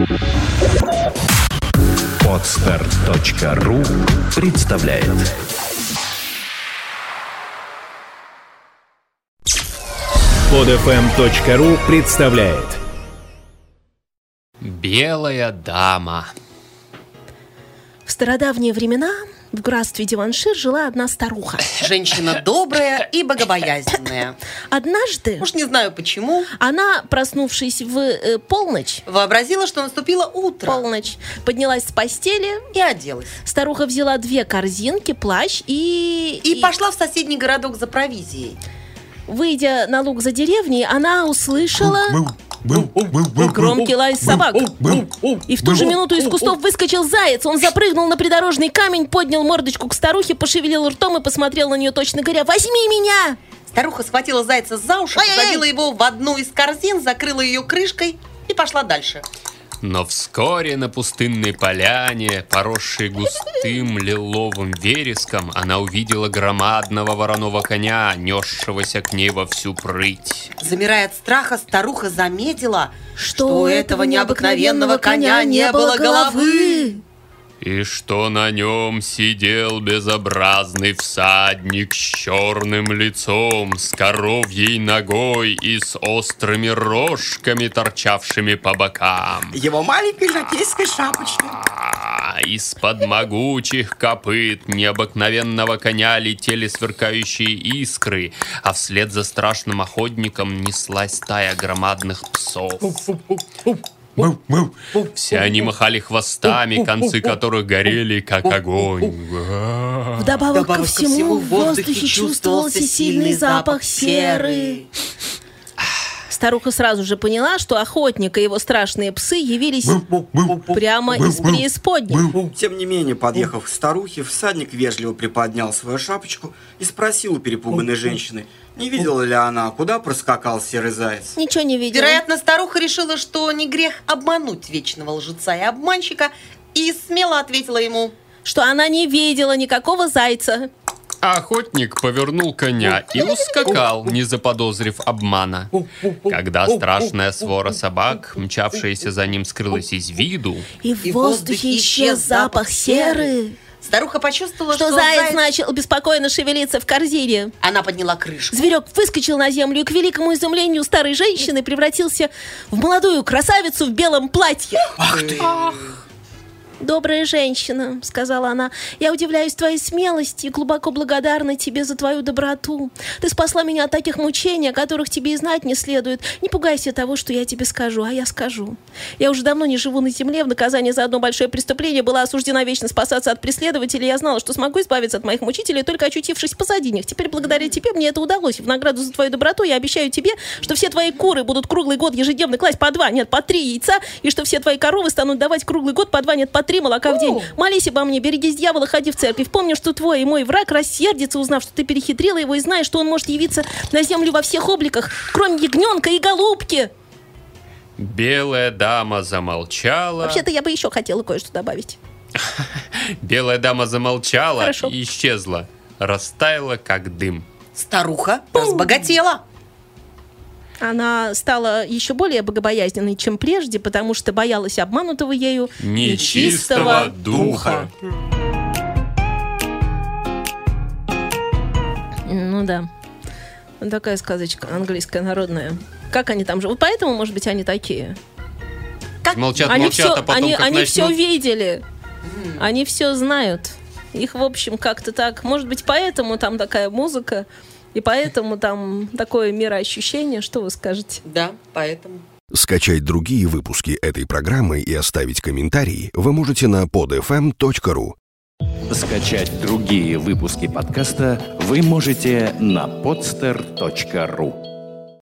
Podster.ru представляет. Podfm.ru представляет. Белая дама. В стародавние времена в графстве Диваншир жила одна старуха. Женщина добрая и богобоязненная. Однажды, Уж не знаю почему, она, проснувшись в полночь, вообразила, что наступило утро. поднялась с постели И оделась. Старуха взяла 2 корзинки, плащ и пошла в соседний городок за провизией. Выйдя на луг за деревней, она услышала громкий лай собак. И в ту же минуту из кустов выскочил заяц. Он запрыгнул на придорожный камень, поднял мордочку к старухе, пошевелил ртом и посмотрел на нее, точно говоря: «Возьми меня!» Старуха схватила зайца за уши, посадила его в одну из корзин, закрыла ее крышкой и пошла дальше. Но вскоре на пустынной поляне, поросшей густым лиловым вереском, она увидела громадного вороного коня, несшегося к ней во всю прыть. Замирая от страха, старуха заметила, что у этого необыкновенного коня не было головы. И что на нем сидел безобразный всадник с черным лицом, с коровьей ногой и с острыми рожками, торчавшими по бокам. Его маленькой жокейской шапочкой. Из-под могучих копыт необыкновенного коня летели сверкающие искры, а вслед за страшным охотником неслась стая громадных псов. Все они махали хвостами, концы которых горели, как огонь. Вдобавок ко всему в воздухе чувствовался сильный запах серы. Старуха сразу же поняла, что охотник и его страшные псы явились прямо из преисподней. Тем не менее, подъехав к старухе, всадник вежливо приподнял свою шапочку и спросил у перепуганной женщины, не видела ли она, куда проскакал серый заяц. Ничего не видела. Вероятно, старуха решила, что не грех обмануть вечного лжеца и обманщика, и смело ответила ему, что она не видела никакого зайца. Охотник повернул коня и ускакал, не заподозрив обмана. Когда страшная свора собак, мчавшаяся за ним, скрылась из виду, и в воздухе исчез запах серы, старуха почувствовала, что заяц начал беспокойно шевелиться в корзине. Она подняла крышку. Зверек выскочил на землю и, к великому изумлению старой женщины, превратился в молодую красавицу в белом платье. Ах ты! «Добрая женщина», — сказала она, — «я удивляюсь твоей смелости и глубоко благодарна тебе за твою доброту. Ты спасла меня от таких мучений, о которых тебе и знать не следует. Не пугайся того, что я тебе скажу, а я скажу. Я уже давно не живу на земле. В наказание за одно большое преступление была осуждена вечно спасаться от преследователей. Я знала, что смогу избавиться от моих мучителей, только очутившись позади них. Теперь, благодаря тебе, мне это удалось. В награду за твою доброту я обещаю тебе, что все твои куры будут круглый год ежедневно класть по 2, нет, по 3 яйца, и что все твои коровы станут давать круглый год по 2, нет, по 3 молока в день. Молись обо мне, берегись дьявола, ходи в церковь. Помни, что твой и мой враг рассердится, узнав, что ты перехитрила его, и знаешь, что он может явиться на землю во всех обликах, кроме ягненка и голубки». Белая дама замолчала. Вообще-то я бы еще хотела кое-что добавить. Белая дама замолчала. Хорошо. И исчезла, растаяла, как дым. Старуха разбогатела. Она стала еще более богобоязненной, чем прежде, потому что боялась обманутого ею нечистого духа. Ну да. Вот такая сказочка английская народная. Как они там живут? Поэтому, может быть, они такие. Молчат, Они а потом они все видели. Они все знают. Их, в общем, как-то так. Может быть, поэтому там такая музыка. И поэтому там такое мироощущение, что вы скажете? Да, поэтому. Скачать другие выпуски этой программы и оставить комментарии вы можете на podfm.ru. Скачать другие выпуски подкаста вы можете на podster.ru.